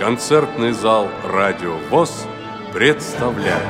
Концертный зал «Радио ВОС» представляет.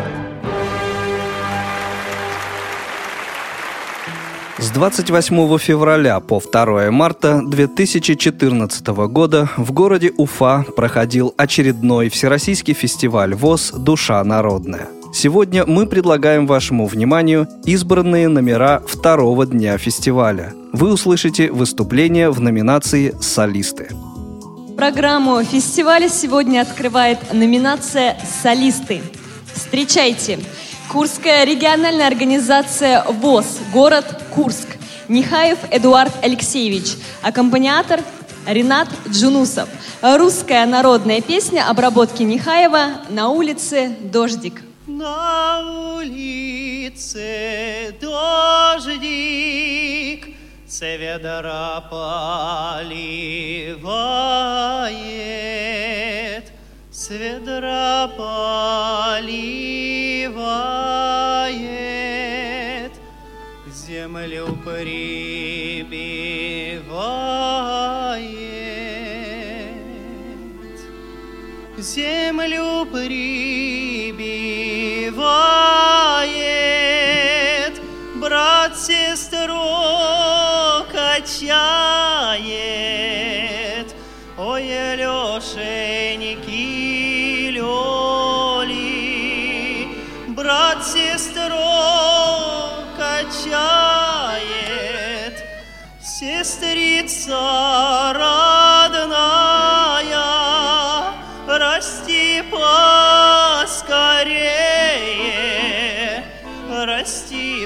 С 28 февраля по 2 марта 2014 года в городе Уфа проходил очередной всероссийский фестиваль ВОС «Душа народная». Сегодня мы предлагаем вашему вниманию избранные номера второго дня фестиваля. Вы услышите выступления в номинации «Солисты». Программу фестиваля сегодня открывает номинация «Солисты». Встречайте! Курская региональная организация ВОС, город Курск. Нихаев Эдуард Алексеевич. Аккомпаниатор Ринат Джунусов. Русская народная песня обработки Нихаева «На улице дождик». На улице дождик, с ведра поливает, с ведра поливает, землю прибивает, землю прибивает, брат сестру качает, ой, Лешеньки, Лёли, брат сестру качает, сестрица родная, расти поскорее, расти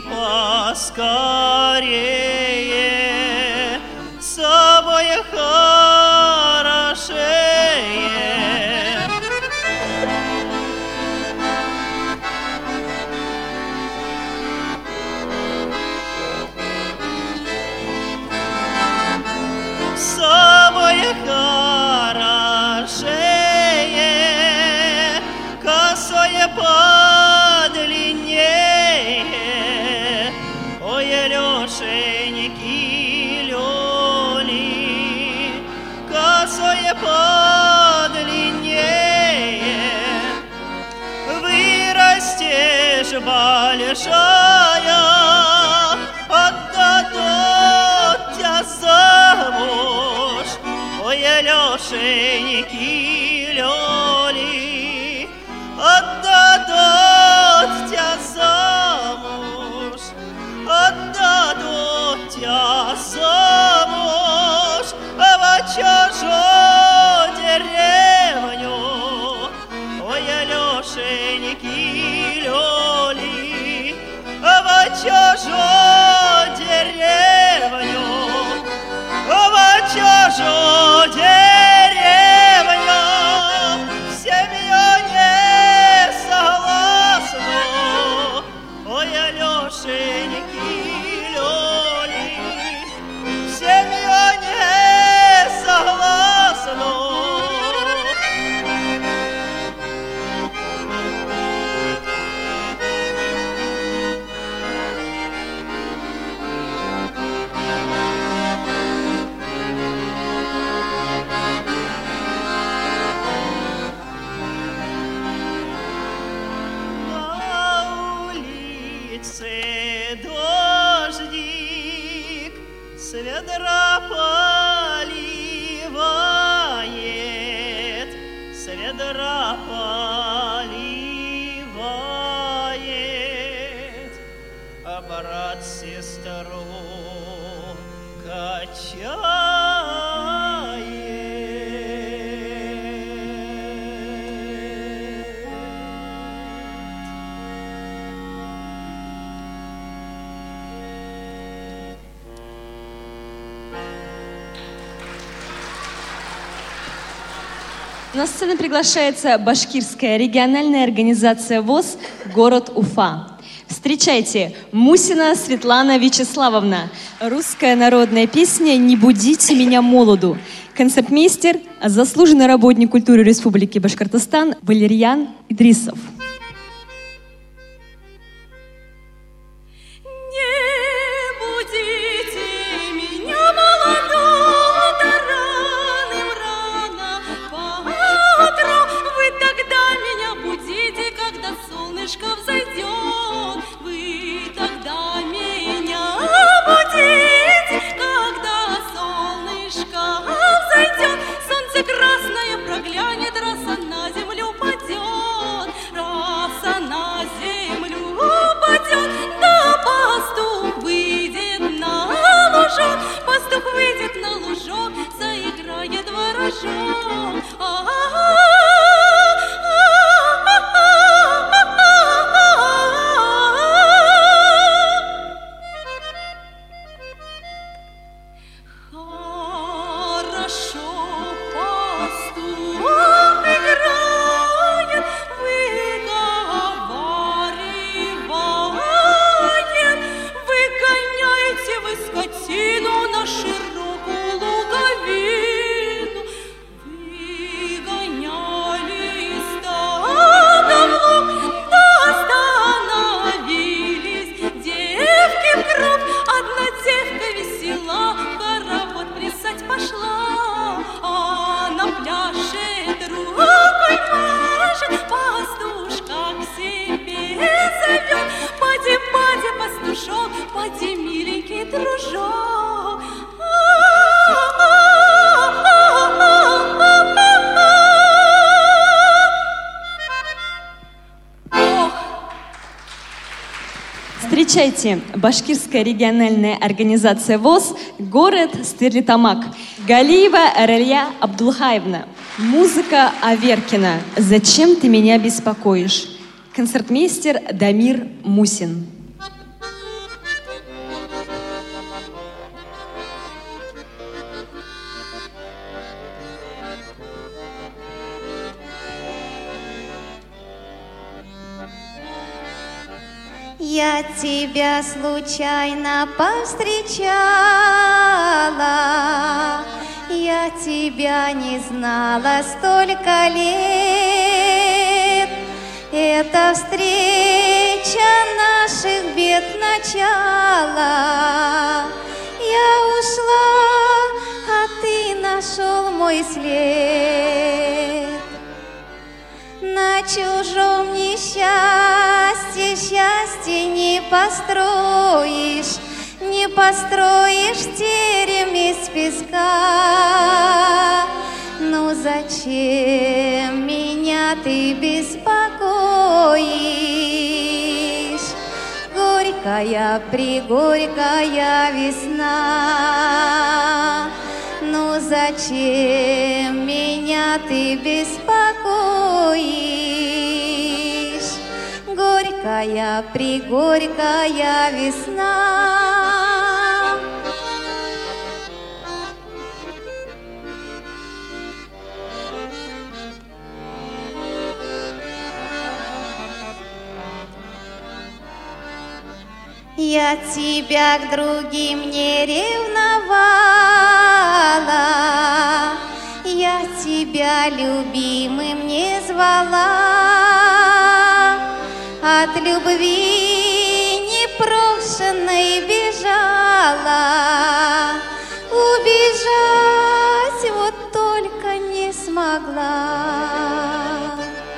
поскорее, с собой хорошее. С собой хорошее, косое подлиннее, ой, Лешеньки, Лёли, косое подлиннее, вырастешь большая, отдадут тебя замуж, ой, Лешеньки, Лёли, отдадут тебя замуж, отдадут тебя замуж, в чужую деревню, ой, Лешеньки, Лёли, в чужую деревню, в чужую деревню, в семью не согласну, ой, Лешеньки, Лёли, в семью не согласну. Дождик с ведра поливает, с ведра поливает, а брат сестру качает. На сцену приглашается башкирская региональная организация ВОС «Город Уфа». Встречайте, Мусина Светлана Вячеславовна. Русская народная песня «Не будите меня молоду». Концертмейстер, заслуженный работник культуры Республики Башкортостан Валерьян Идрисов. Утро заглянет, раз на землю падет, раз на землю падет, да пастух выйдет на лужок, пастух выйдет на лужок, заиграет ворожок. Поди, миленький дружок. Встречайте, башкирская региональная организация ВОС, город Стерлитамак. Галиева Ралья Абдулхаевна. Музыка Аверкина. «Зачем ты меня беспокоишь?» Концертмейстер Дамир Мусин. Я тебя случайно повстречала, я тебя не знала столько лет. Это встреча наших бед начала. Я ушла, а ты нашел мой след. На чужом несчастье счастье не построишь, не построишь терем из песка. Ну зачем меня ты беспокоишь? Горькая, пригорькая весна. Ну зачем меня ты беспокоишь? Горькая, пригорькая весна. Я тебя к другим не ревновала, я тебя любимым не звала, от любви непрошенной бежала, убежать вот только не смогла.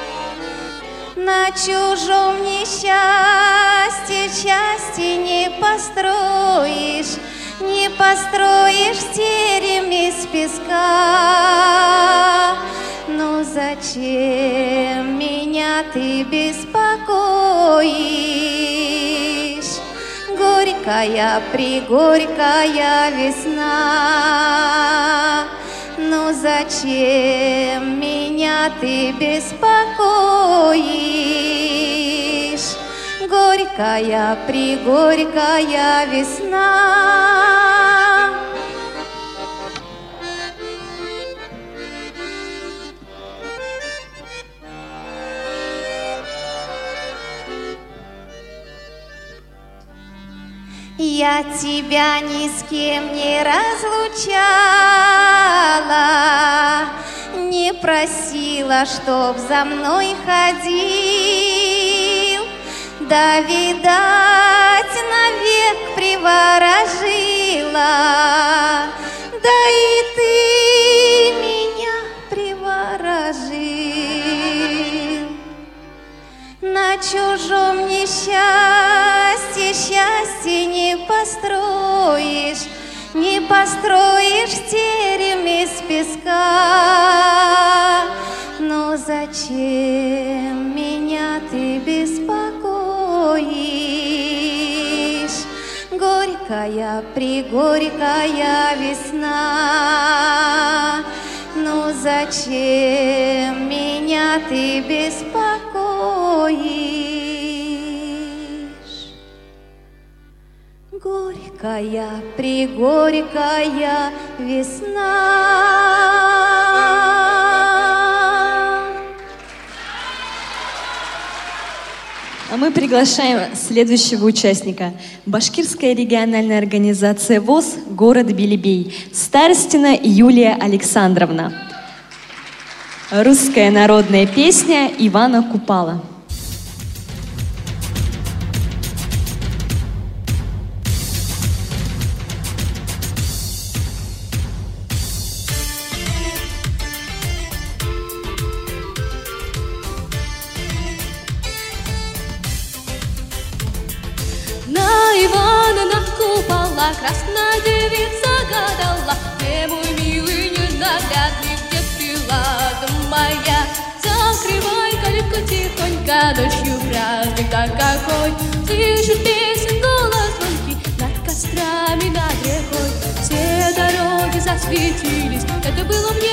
На чужом несчастье счастье не построишь, не построишь терем из песка. Ну зачем меня ты беспокоишь? Горькая, пригорькая весна. Ну зачем меня ты беспокоишь? Горькая, пригорькая весна. Я тебя ни с кем не разлучала, не просила, чтоб за мной ходил, да, видать, навек приворожила, да и ты меня приворожил. На чужом несчастье счастье не построишь, не построишь терем из песка. пригорькая весна. Ну зачем меня ты беспокоишь? Горькая, пригорькая весна. А мы приглашаем следующего участника. Башкирская региональная организация ВОС «Город Белебей». Старостина Юлия Александровна. Русская народная песня Ивана Купала. Красная девица гадала, где мой милый ненаглядный, где прилада моя. Закрывай калитку тихонько, ночью праздник-то какой. Слышишь песен голос звонкий над кострами, над рекой. Все дороги засветились, это было мне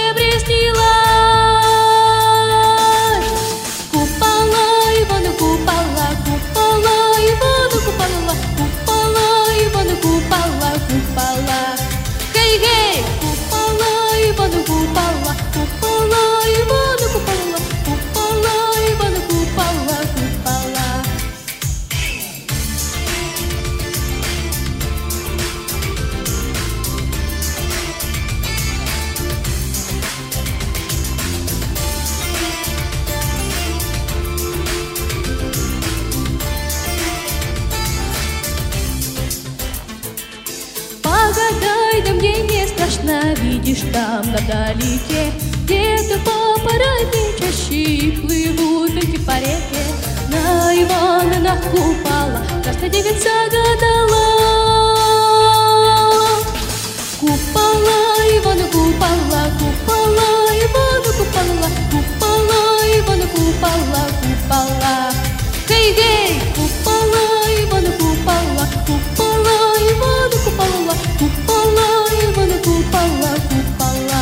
приснилось. Купола, Ивана Купала, купола, Ивана Купала, купола, Ивана Купала, купола. Хей-хей! Купола, Ивана Купала, купола, Ивана Купала, купола, Ивана Купала, купола. Погадай, да мне не страшно, видишь там вдалеке, где-то папоротник чащи плывут реки по реке. На Ивана, на Купала, красная девица гадала. Купола, Ивана Купала, купола, Ивана Купала, купола, Ивана Купала, купола. Хей-хей! Купола, Ивана Купала, купола, Ивана Купала, купола, Ивана Купала, купола.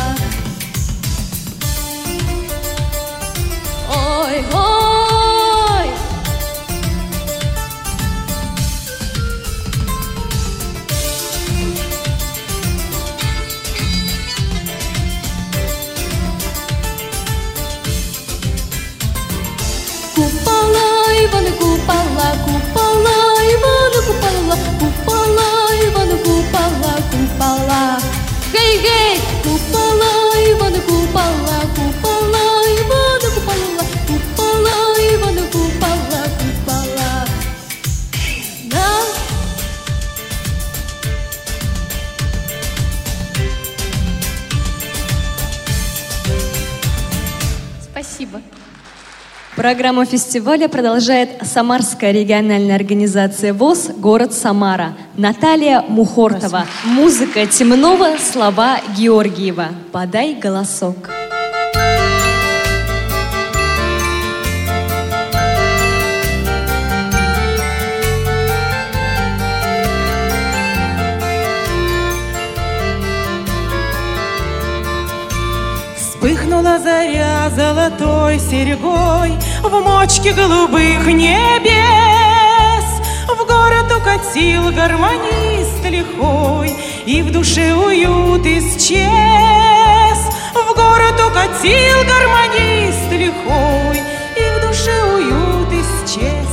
Ой-ой! Купола, Ивана Купала, купола, Ивана Купала, купола, Ивана Купала, купола. Хей-хей! Купола, Ивана Купала, купола, Ивана Купала, купола, Ивана Купала, купола. Да. Спасибо. Программу фестиваля продолжает Самарская региональная организация ВОС «Город Самара». Наталья Мухортова. Музыка Темнова, слова Георгиева. «Подай голосок». Вспыхнула заря золотой серьгой в мочке голубых небес. В город укатил гармонист лихой, и в душе уют исчез. В город укатил гармонист лихой, и в душе уют исчез.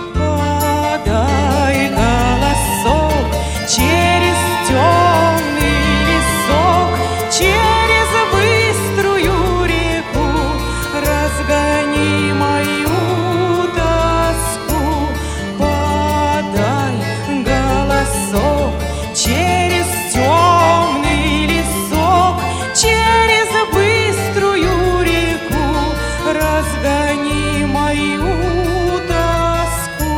Подай голосок через темный лесок, через быструю реку, разгони мою тоску. Подай голосок через темный лесок, через быструю реку, разгони мою тоску.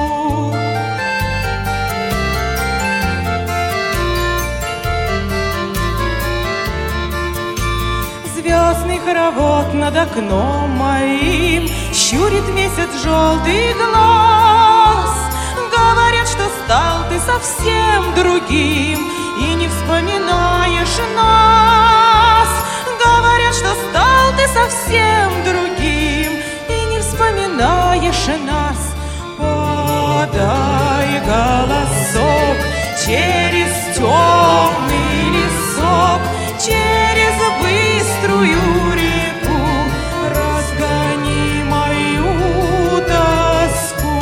Звездный хоровод над окном моим щурит месяц желтый глаз. Говорят, что стал ты совсем другим, и не вспоминаешь нас. Говорят, что стал ты совсем другим, и не вспоминаешь нас. Подай голосок через темный лесок, через быструю реку, разгони мою тоску.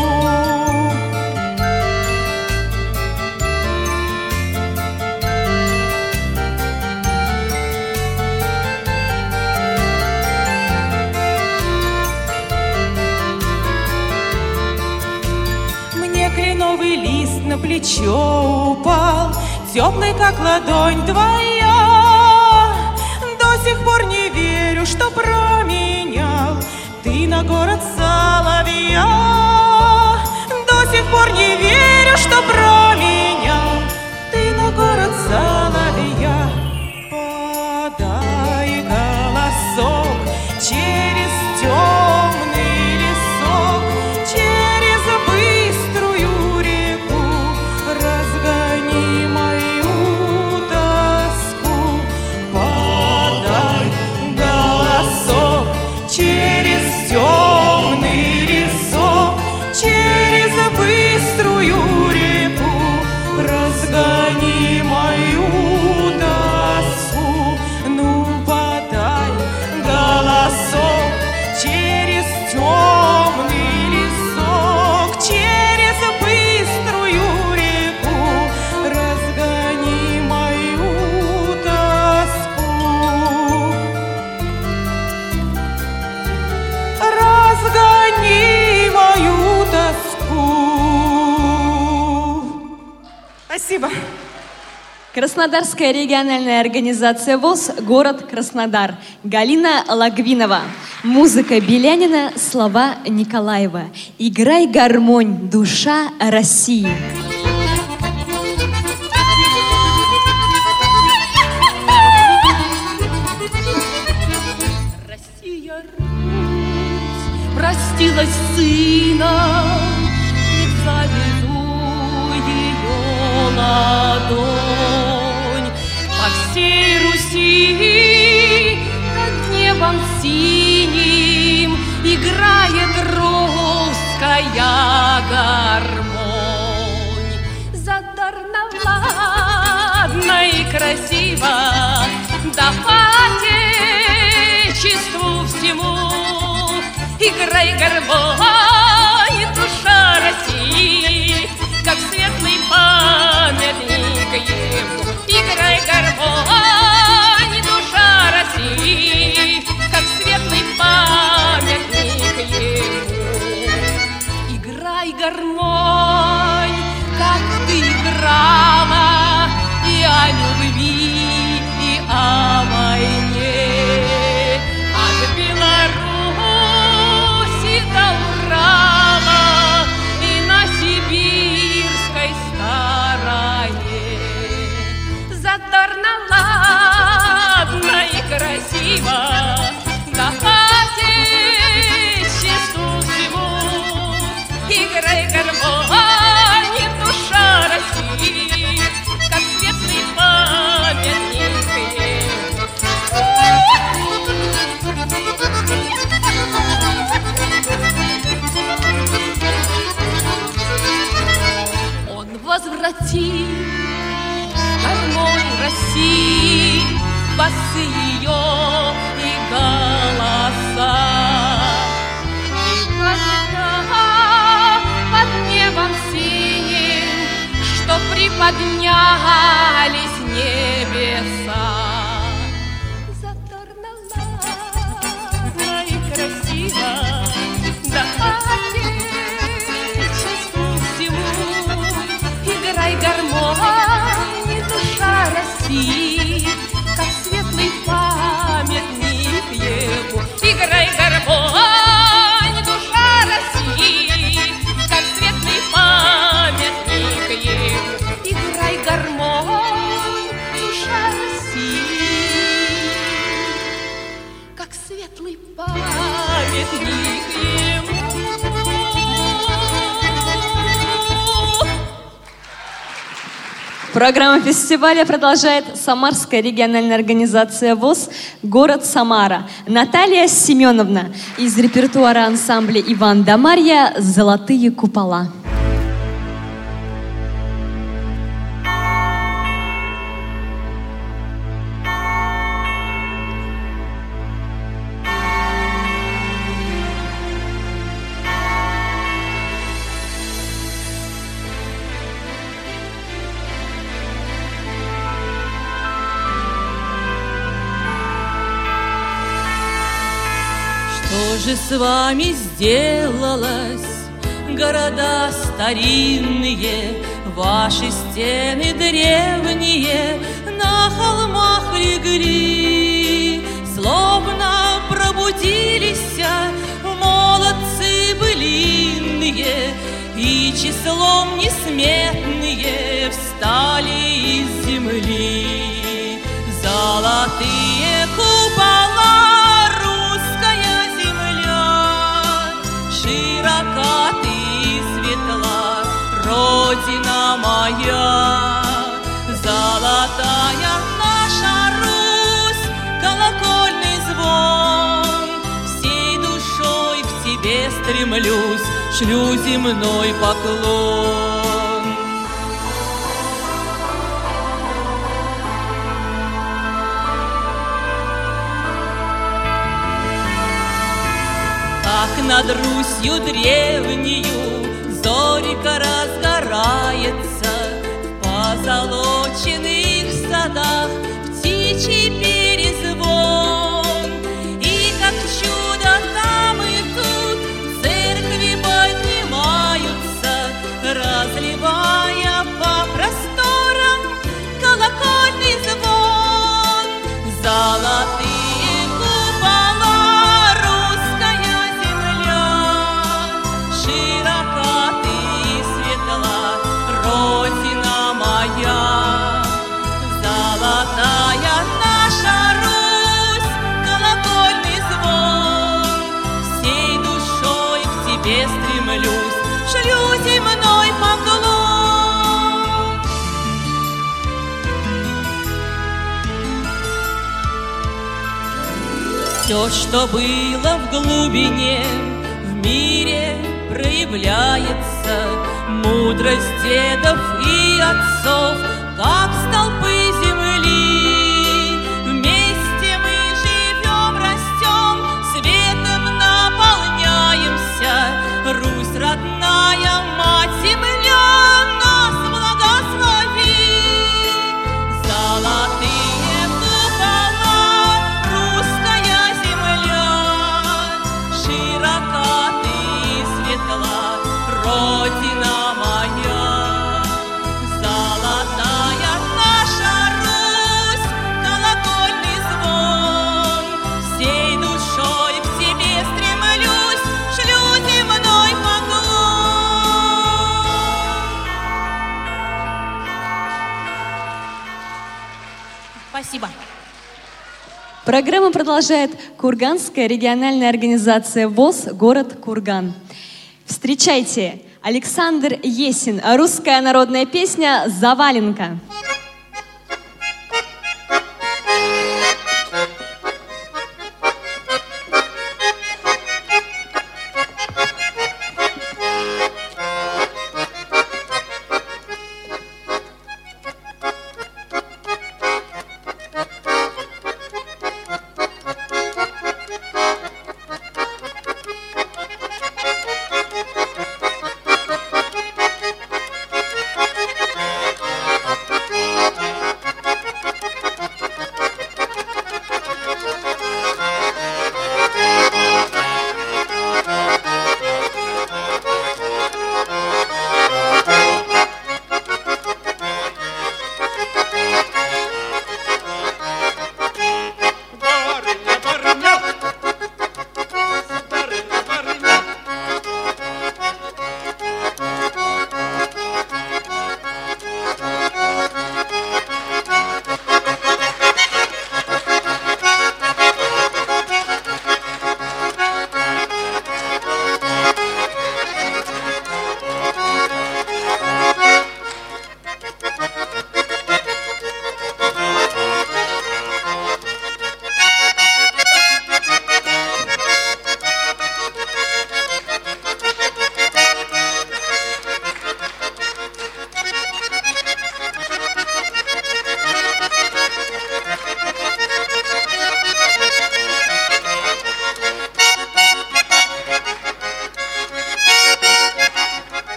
Мне кленовый лист на плечо упал, теплый, как ладонь твоя. До сих пор не верю, что променял ты на город соловья. До сих пор не верю, что променял ты на город соловья. Подай голосок через темный лесок, через быструю реку, разгони мою тоску. Подай голосок через темный лесок, через быструю реку, разгони мою тоску. Ну, подай голосок через темный лесок, через быструю реку, разгони мою тоску. Разгони мою тоску. Спасибо. Краснодарская региональная организация ВОС, город Краснодар. Галина Лагвинова. Музыка Белянина, слова Николаева. Играй гармонь, душа России. Россия, Русь, простилась с сыном, ведь заведу ее ладонь. По всей Руси над небом синим играет русская гармонь. Задорно, ладно и красиво, да по отечеству всему. Играй гармонь, душа России, как светлый памятник ему. Играй гармонь, душа России, как светлый памятник ему. Играй гармонь, как ты играла и о любви, и о войне. От Беларуси до Урала и на сибирской стороне. Задорно, ладно и красиво, да отечеству всему. Играй гармонь, душа России, как светлый памятник ему. Он возвратил гармонь России, басы ее и голоса. И когда под небом синим, что приподнялись небеса, задорно, ладно и красиво, да отечеству всему. Играй гармонь, душа России, как светлый памятник ему. Играй гармонь, душа России, как светлый памятник ему. Играй гармонь, душа России. Программа фестиваля продолжает Самарская региональная организация ВОС «Город Самара». Наталья Семеновна из репертуара ансамбля «Иван да Марья» «Золотые купола». Что же с вами сделалось, города старинные, ваши стены древние на холмах легли, словно пробудились молодцы былинные и числом несметные встали из земли. Золотые купола, широка ты светла, Родина моя, золотая наша Русь, колокольный звон. Всей душой к тебе стремлюсь, шлю земной поклон. Как над Русью древнею зорька разгорается, в позолоченных садах птичий перезвон. И как чудо там и тут церкви поднимаются, разливая по просторам колокольный звон. Золотые купола, широка ты светла, Родина моя, золотая наша Русь, колокольный звон. Всей душой к тебе стремлюсь, шлю земной поклон. Все, что было в глубине, в мире проявляется, мудрость дедов и отцов, как столпы земли. Вместе мы живем, растем, светом наполняемся. Русь родная, мать земля, нас благослови. Золотые купола, русская земля, широка Родина моя, золотая наша Русь, колокольный звон. Всей душой к тебе стремлюсь, шлю земной поклон. Спасибо. Программу продолжает Курганская региональная организация ВОС «Город Курган». Встречайте, Александр Есин, русская народная песня «Заваленка».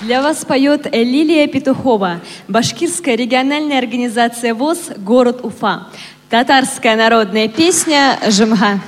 Для вас поет Лилия Петухова, башкирская региональная организация ВОС «Город Уфа». Татарская народная песня «Жымга».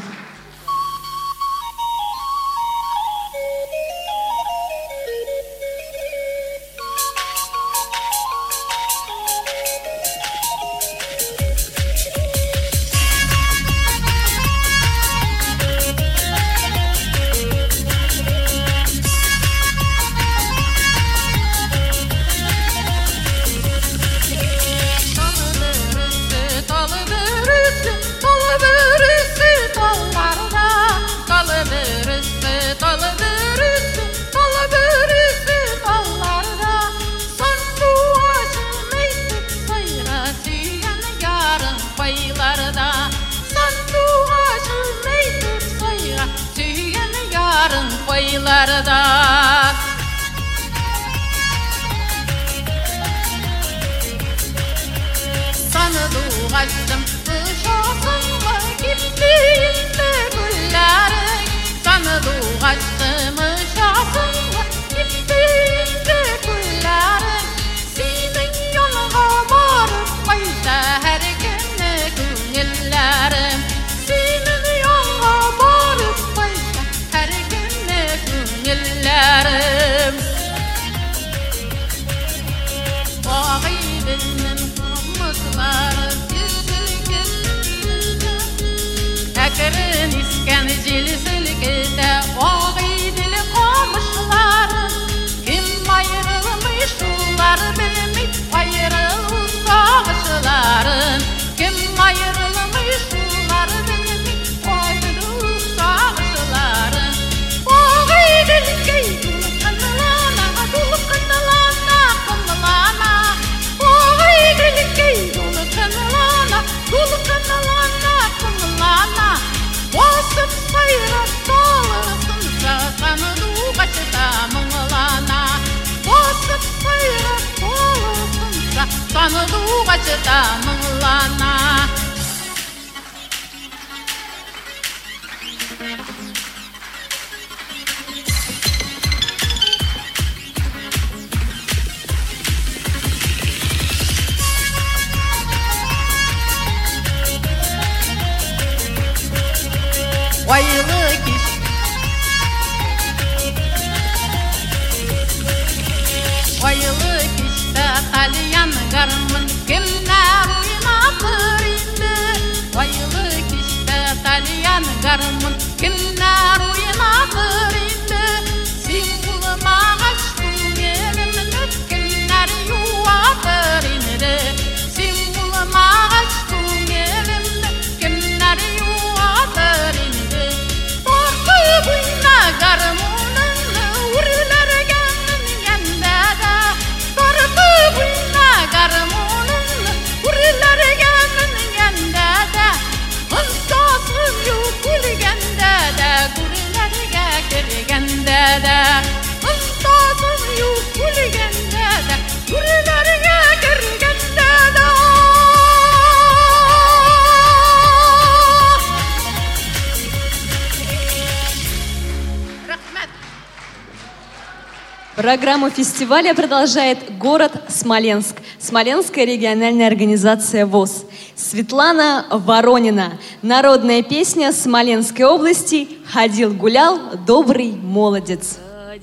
Программу фестиваля продолжает город Смоленск, Смоленская региональная организация ВОС. Светлана Воронина. Народная песня Смоленской области «Ходил-гулял добрый молодец».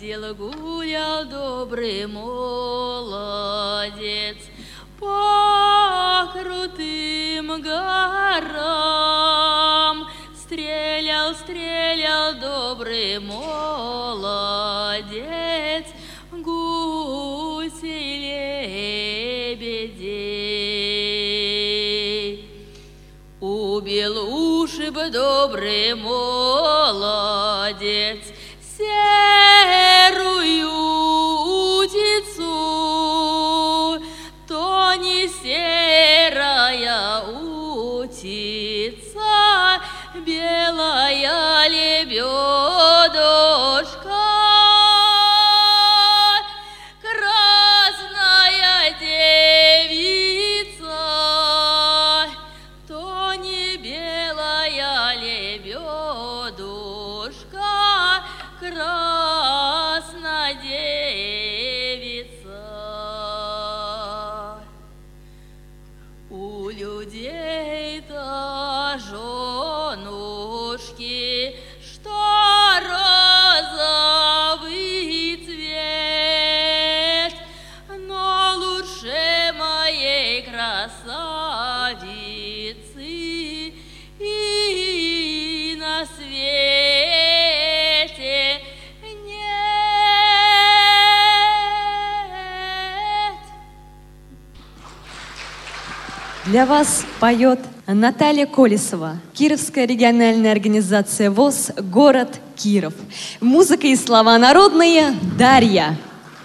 Ходил-гулял добрый молодец по крутым горам. Стрелял, стрелял добрый молодец гусей лебедей. Убил уши бы добрый молодец серую утицу, то не серая утица, белая лебедушка. Краснодевица. людей-то женушки, что розовый цвет, но лучше моей красавицы и на свете нет. Для вас поет Наталья Колесова, Кировская региональная организация ВОС, город Киров. Музыка и слова народные Дарья.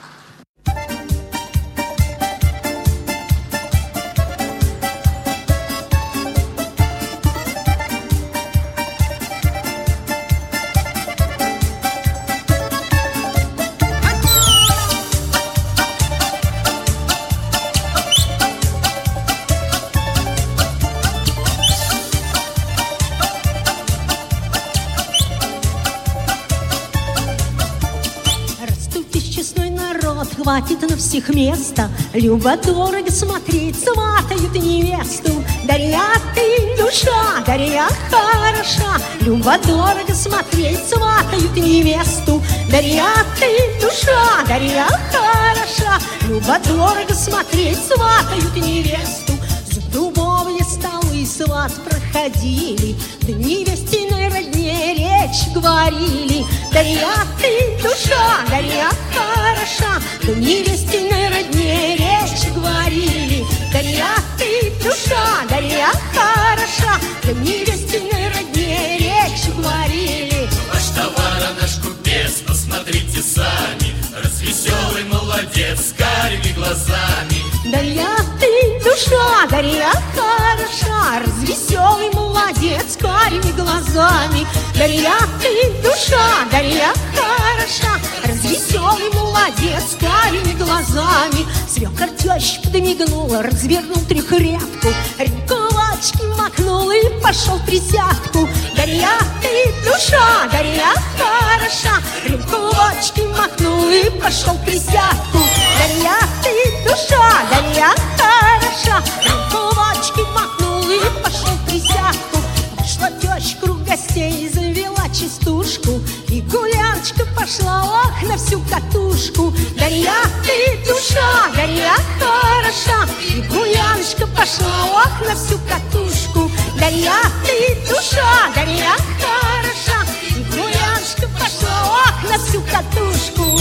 Хватит на всех места, любо-дорого смотреть, сватают невесту. Дарья, ты душа, Дарья хороша, любо-дорого смотреть, сватают невесту. Дарья, ты душа, Дарья хороша, любо-дорого смотреть, сватают невесту. За дубовые столы сват проходили, да невестиной родне речь говорили. Дарья, ты душа, Дарья хороша, да невестиной родне речь говорили. Дарья, ты душа, Дарья хороша, да невестиной родне речь говорили. Ваш товар, наш купец, посмотрите сами, развеселый молодец с карими глазами. Дарья, ты душа, Дарья хороша, развеселый молодец с карими глазами. Дарья, ты душа, Дарья хороша, развеселый молодец с карими глазами. Свекор теща подмигнул, развернул трехрядку, рюмку-лачки макнул и пошел в присядку. Дарья, ты душа, Дарья хороша, рюмку-лачки макнул и пошел в присядку. Дарья, ты душа, Дарья хороша, рюмку-лачки макнул и пошел в присядку. Вышла теща, круг гостей завела частушку, и гуляночка пошла, ох, на всю катушку. Дарья, ты душа, Дарья хороша, и гуляночка пошла, ох, на всю катушку. Дарья, ты душа, Дарья хороша, и гуляночка пошла, ох, на всю катушку.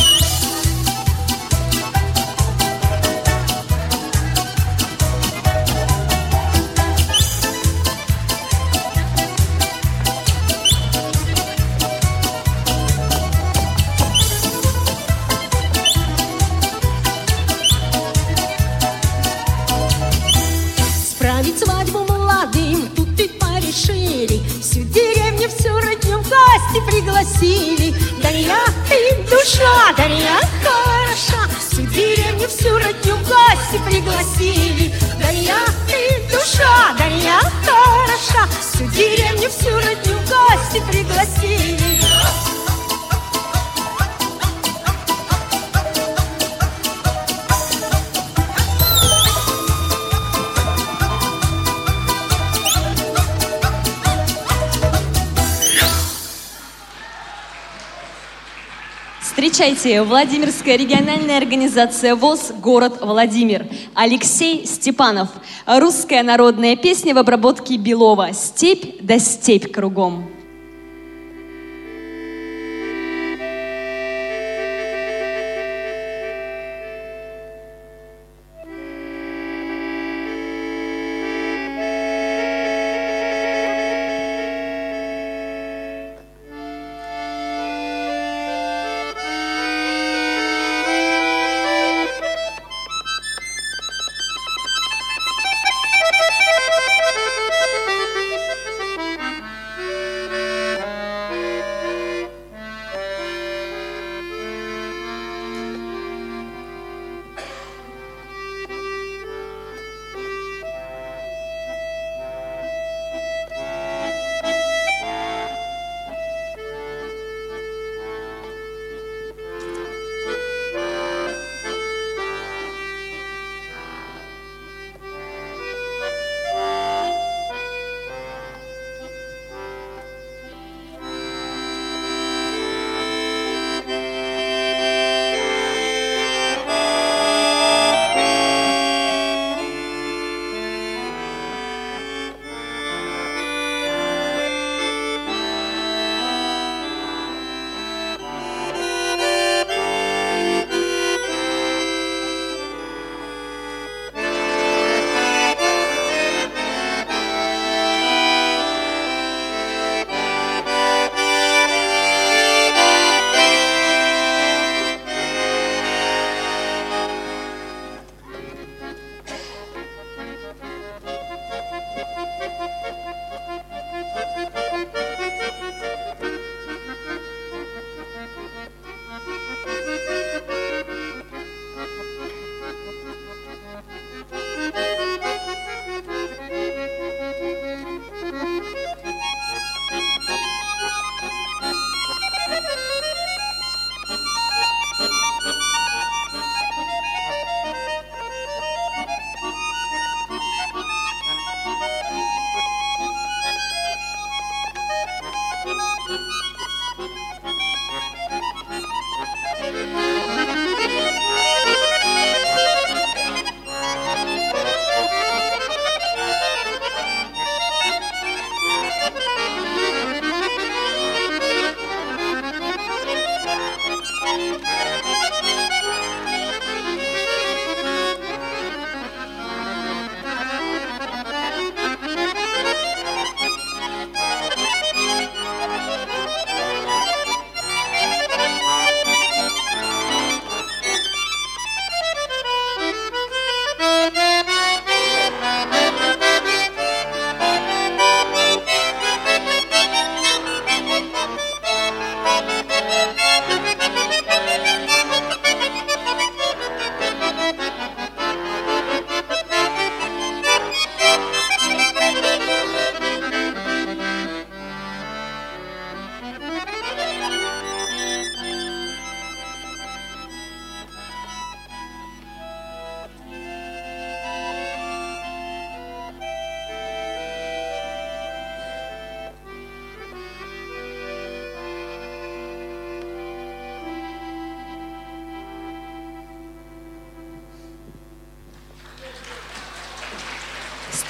Справить свадьбу молодым тут и порешили, всю деревню, всю родню в гости пригласили. Дарья, ты душа, Дарья хороша, всю деревню, всю родню в гости пригласили. Дарья, ты душа, Дарья хороша, всю деревню, всю родню в гости пригласили. Встречайте, Владимирская региональная организация ВОС, город Владимир. Алексей Степанов. Русская народная песня в обработке Белова. «Степь да степь кругом».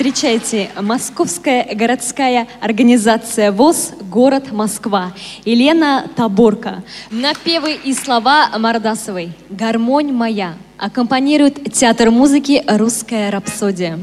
Встречайте, Московская городская организация ВОС «Город Москва». Елена Таборко. Напевы и слова Мордасовой. «Гармонь моя». Аккомпанирует театр музыки «Русская рапсодия».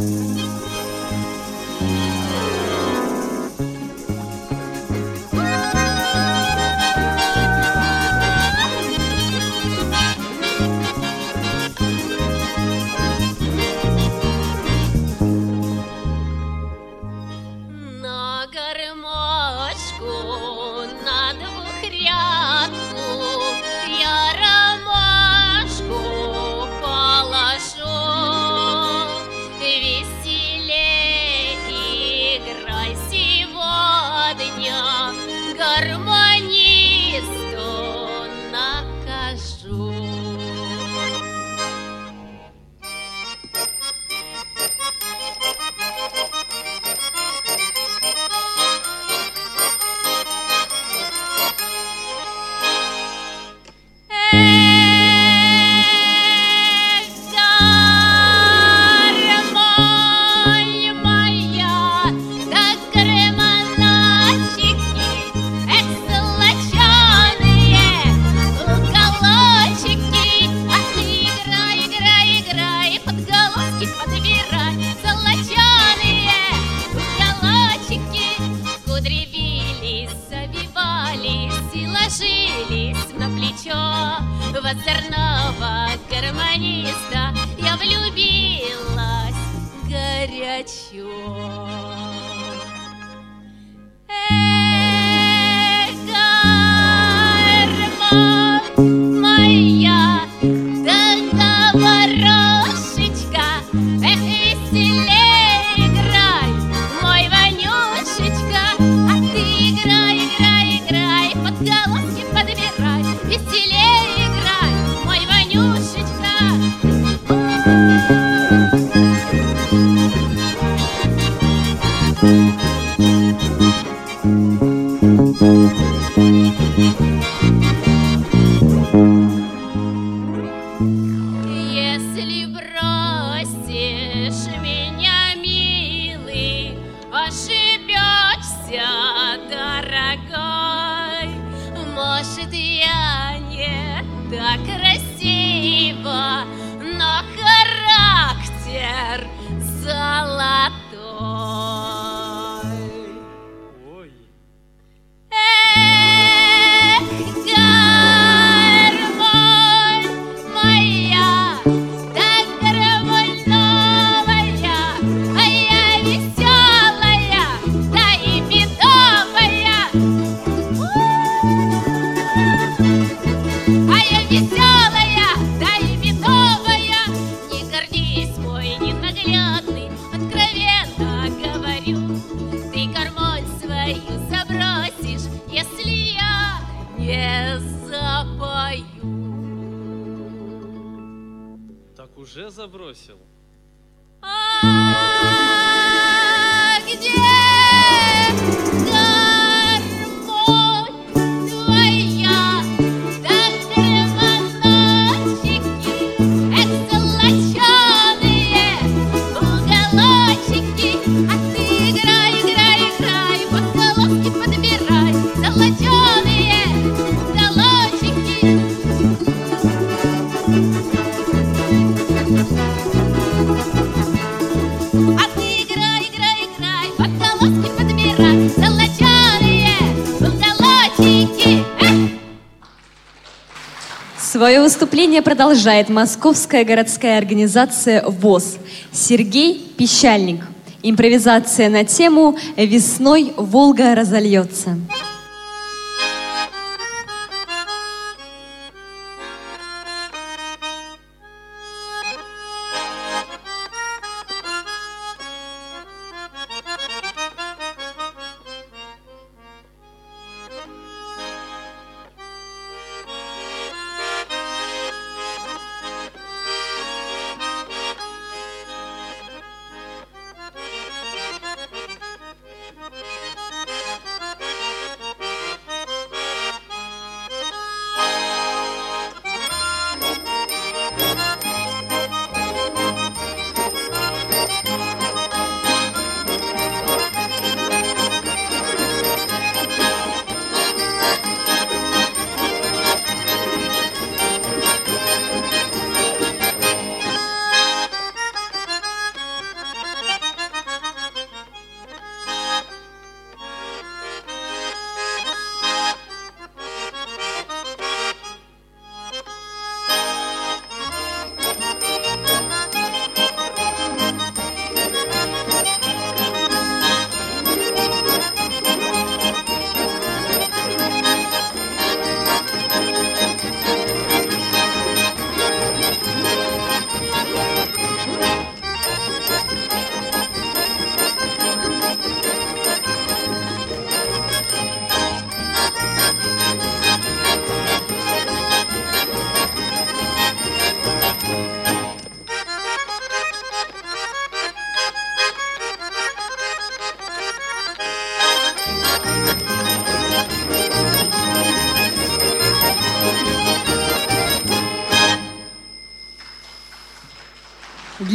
Возорного гармониста я влюбилась горячо. Гармонь моя, договорошечка, веселей играй, мой Ванюшечка, а ты играй, играй, играй, подголоски подбирай, веселей играй, мой Ванюшечка. Если бросишь меня, милый, ошибешься, дорогой. Может, я не так красива, но характер золотой. Ой. Гармонь моя, да гармонь новая, а я веселая, да и бедовая. А я веселая, да и бедовая. Не гордись, мой ненаглядный, откровенно говорю, ты гармонь свою забросишь, если я не запою. Так уже забросил. А где гармонь твоя, да гармоночки, золоченые уголочки, а ты играй, играй, играй, подголоски подбирай, золоченые уголочки. А ты играй, играй, играй, подголоски подбирай, золоченые уголочки. Свое выступление продолжает Московская городская организация ВОС. Сергей Пищальник. Импровизация на тему «Весной Волга разольется».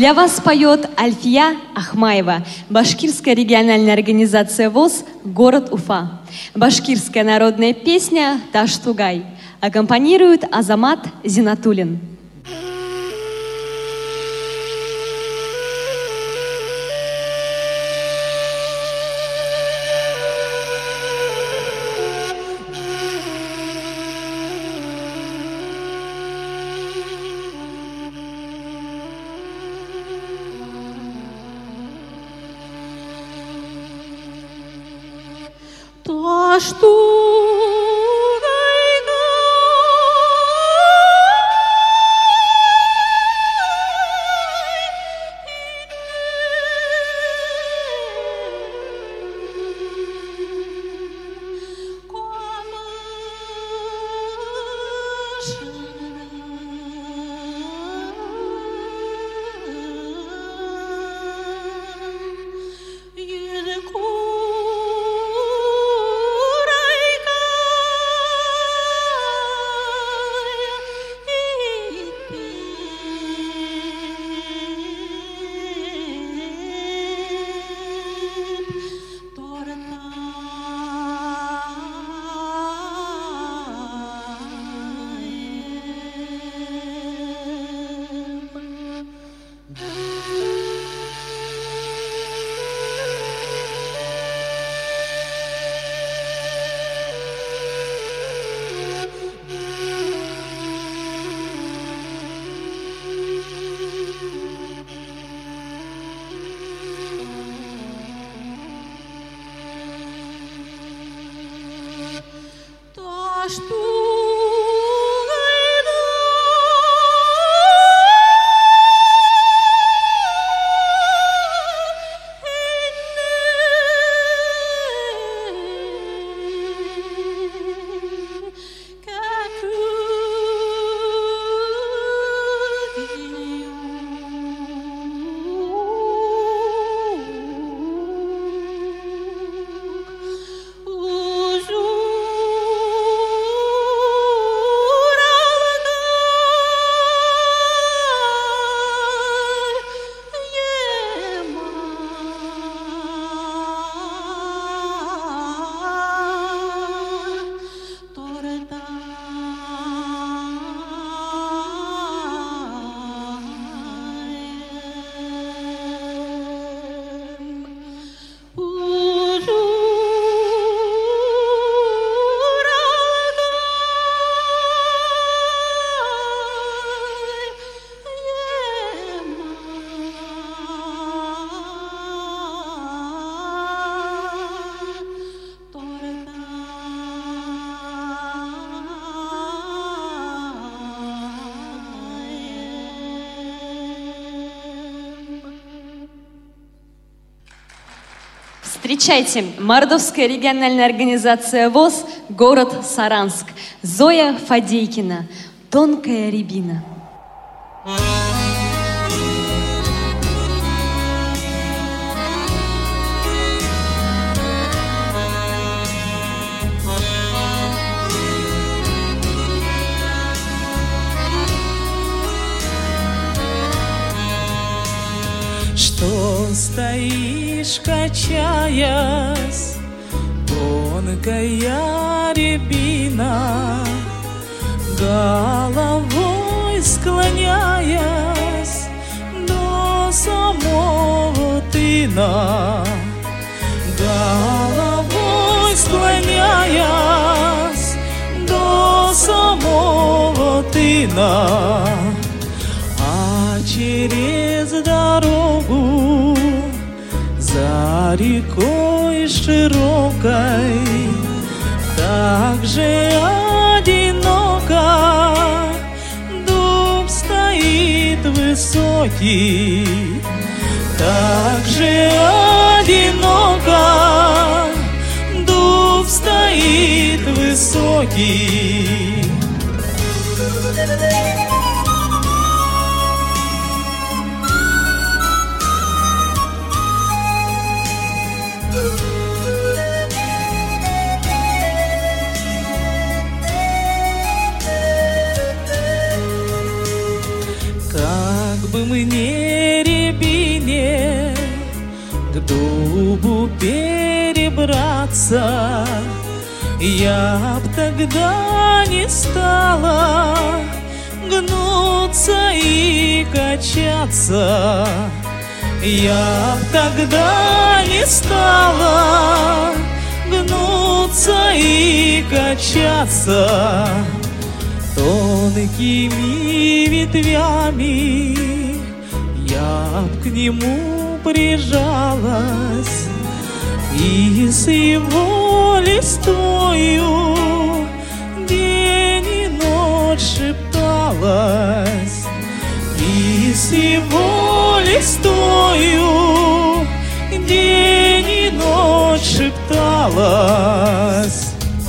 Для вас поет Альфия Ахмаева, башкирская региональная организация ВОС «Город Уфа». Башкирская народная песня «Таштугай». Аккомпанирует Азамат Зинатуллин. Встречайте, Мордовская региональная организация ВОС «Город Саранск». Зоя Фадейкина, «Тонкая рябина». Что стоишь, качаясь, тонкая рябина, головой склоняясь до самого тына, головой склоняясь до самого тына, а через дорогу за рекой широкой так же одиноко дуб стоит высокий, так же одиноко дуб стоит высокий. Как бы мне к дубу перебраться, я б тогда не стала гнуться и качаться. Я б тогда не стала гнуться и качаться. Тонкими ветвями я б к нему прижалась и с его листвою день и ночь шепталась, и с его листвою день и ночь шепталась.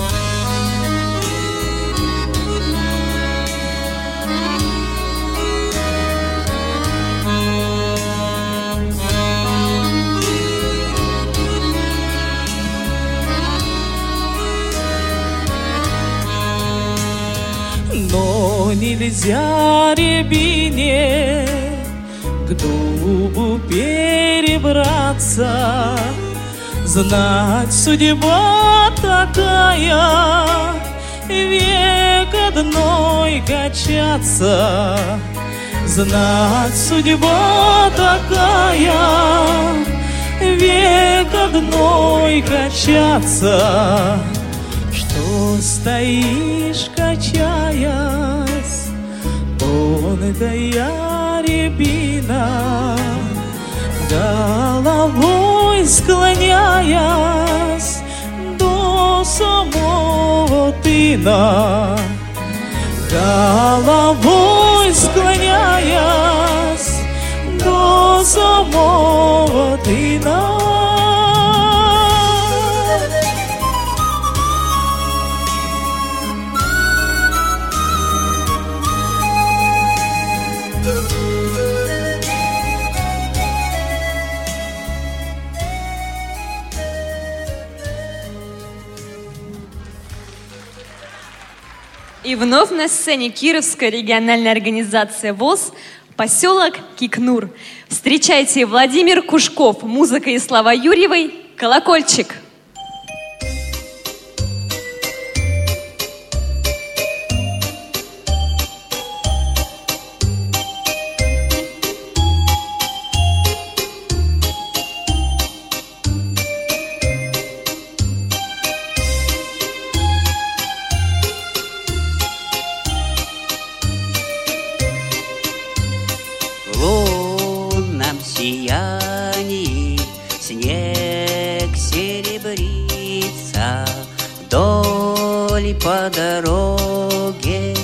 Но нельзя рябине к дубу перебраться, знать судьба такая, век одной качаться. Знать судьба такая, век одной качаться. Что стоишь, качаясь, тонкая рябина, головой склоняясь до самого тына, головой склоняясь до самого тына. И вновь на сцене Кировская региональная организация ВОС, поселок Кикнур. Встречайте, Владимир Кушков, музыка и слова Юрьевой, «Колокольчик». сиянии снег серебрится, вдоль по дороге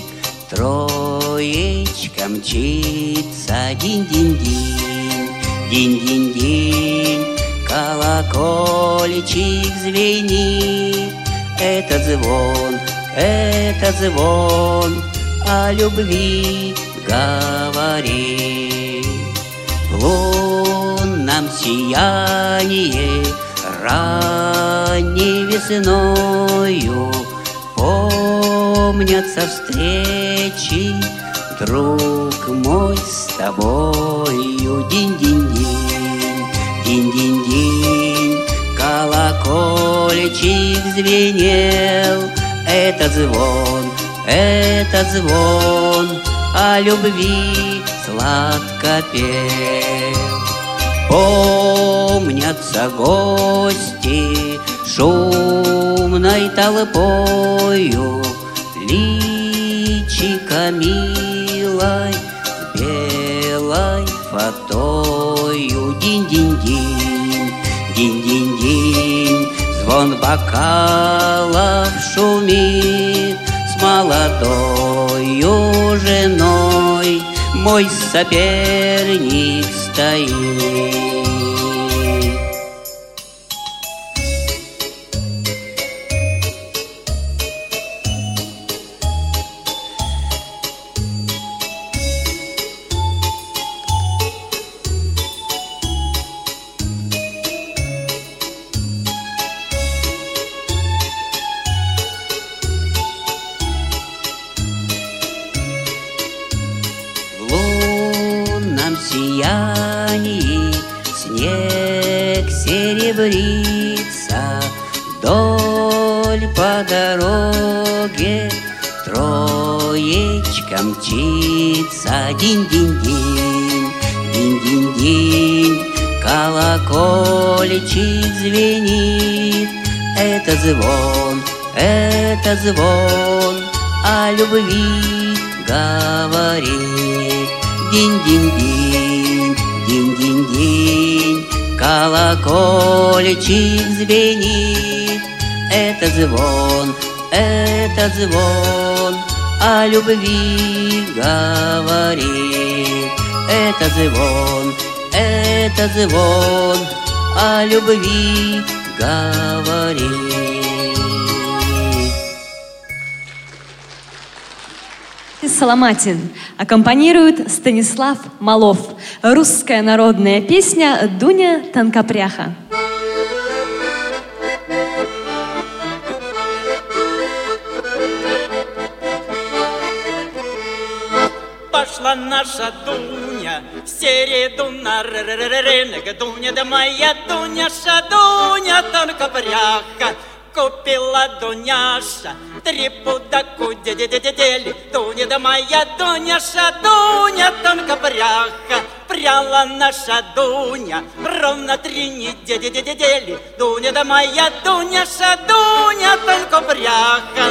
троечка мчится. Динь-динь-динь, динь-динь-динь, колокольчик звенит. Это звон о любви говорит. В лунном сиянии ранней весною помнятся встречи, друг мой, с тобою. Динь-динь-динь, динь-динь-динь, колокольчик звенел. Это звон о любви сладко пел. Помнятся гости шумной толпою, личико милой белой фатою. Динь-динь-динь, динь-динь-динь, звон бокалов шумит. С молодою женой мой соперник стоит. В лунном сиянии снег серебрится, вдоль по дороге троечка мчится. Динь-динь-динь, динь-динь-динь, колокольчик звенит. Это звон о любви говорит. Динь-динь-динь, динь-динь-динь, колокольчик звенит. Это звон о любви говорит. Это звон о любви говорит. Соломатин. Аккомпанирует Станислав Малов. Русская народная песня «Дуня Тонкопряха». Пошла наша Дуня в середу на рынок. Дуня, да моя Дуняша, Дуня тонкопряха. Купила Дуняша 3 пуда кудели. Дуня, да моя Дуняша, Дуня тонкопряха. Пряла наша Дуня ровно 3 недели. Дуня, да моя Дуняша, Дуня тонкопряха.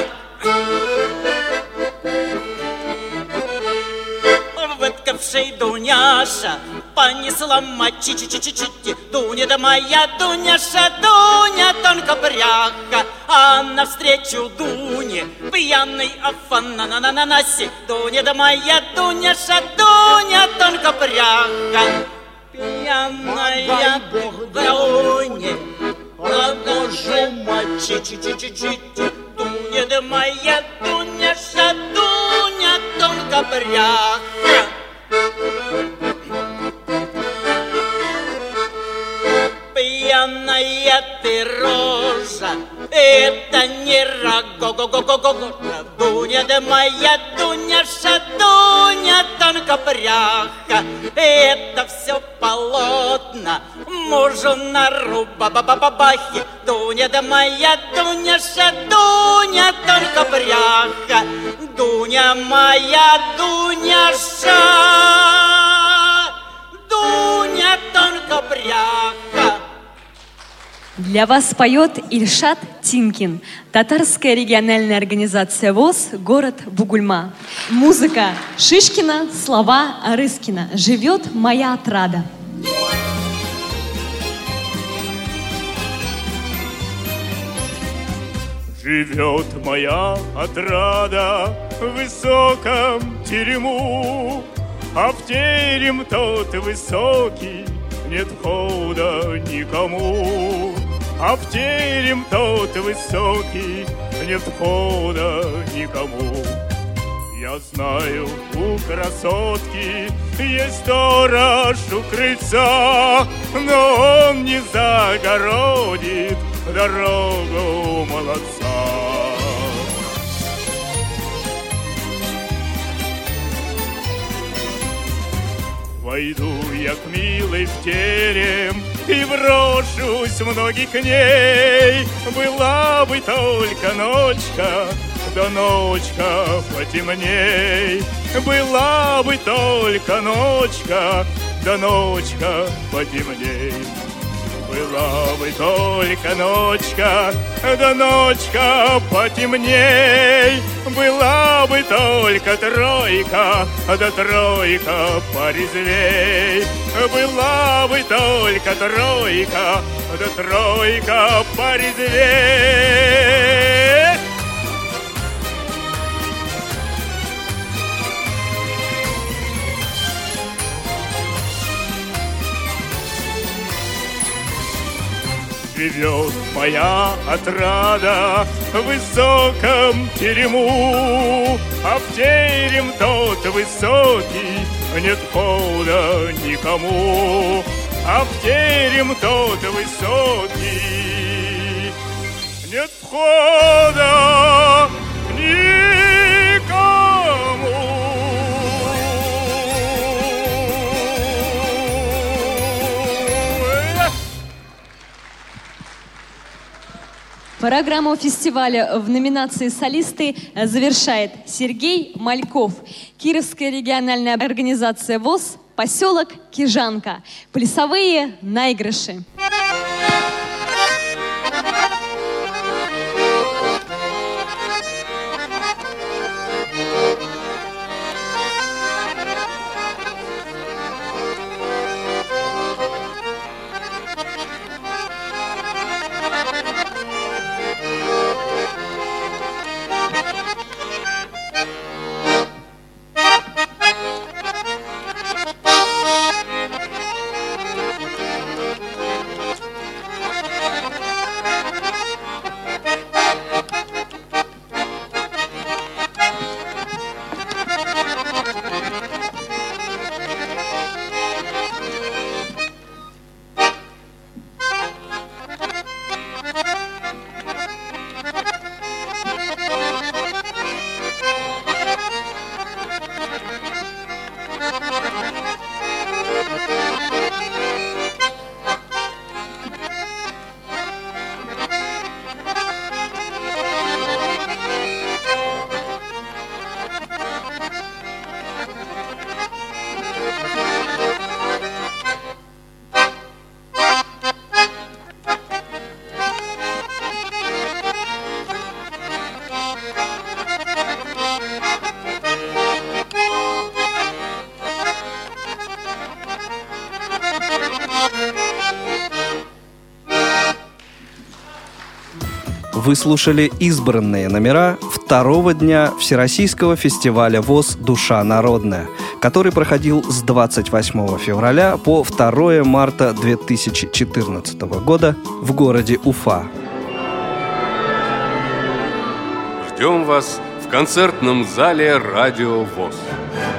Выткавший Дуняша понесла мать чи-чи-чи-чи-чи. Дуня, да моя Дуняша, Дуня тонкопряха. А навстречу Дуне пьяный афананананаси. Дуня, да моя Дуняша, Дуня тонкопряха. Пьяная Дуня, а боже мать чи-чи-чи-чи-чи. Дуня, да моя Дуняша, Дуня тонкопряха. Пьяная ты рожа, это не рого-го-го-го-го. Дуня, да моя Дуняша, Дуня тонкопряха. Это все полотна мужу на руба-ба-ба-бахе. Дуня, да моя Дуняша, Дуня тонкопряха. Дуня моя Дуняша, Дуня тонкопряха. Для вас поет Ильшат Тинкин. Татарская региональная организация ВОС, город Бугульма. Музыка Шишкина, слова Рыскина. «Живет моя отрада». Живет моя отрада в высоком терему, а в терем тот высокий нет входа никому. А в терем тот высокий нет входа никому. Я знаю, у красотки есть сторож у крыльца, но он не загородит дорогу молодца. Войду я к милой в терем и брошусь в ноги к ней. Была бы только ночка, да ночка потемней. Была бы только ночка, да ночка потемней. Была бы только ночка, да ночка потемней. Была бы только тройка, да тройка порезвей. Была бы только тройка, да тройка порезвей. Живет моя отрада в высоком терему, а в терем тот высокий нет входа никому. А в терем тот высокий нет входа никому. Программу фестиваля в номинации «Солисты» завершает Сергей Мальков. Кировская региональная организация ВОС, поселок Кижанка. Плясовые наигрыши. Вы слушали избранные номера второго дня Всероссийского фестиваля ВОС «Душа народная», который проходил с 28 февраля по 2 марта 2014 года в городе Уфа. Ждем вас в концертном зале «Радио ВОС».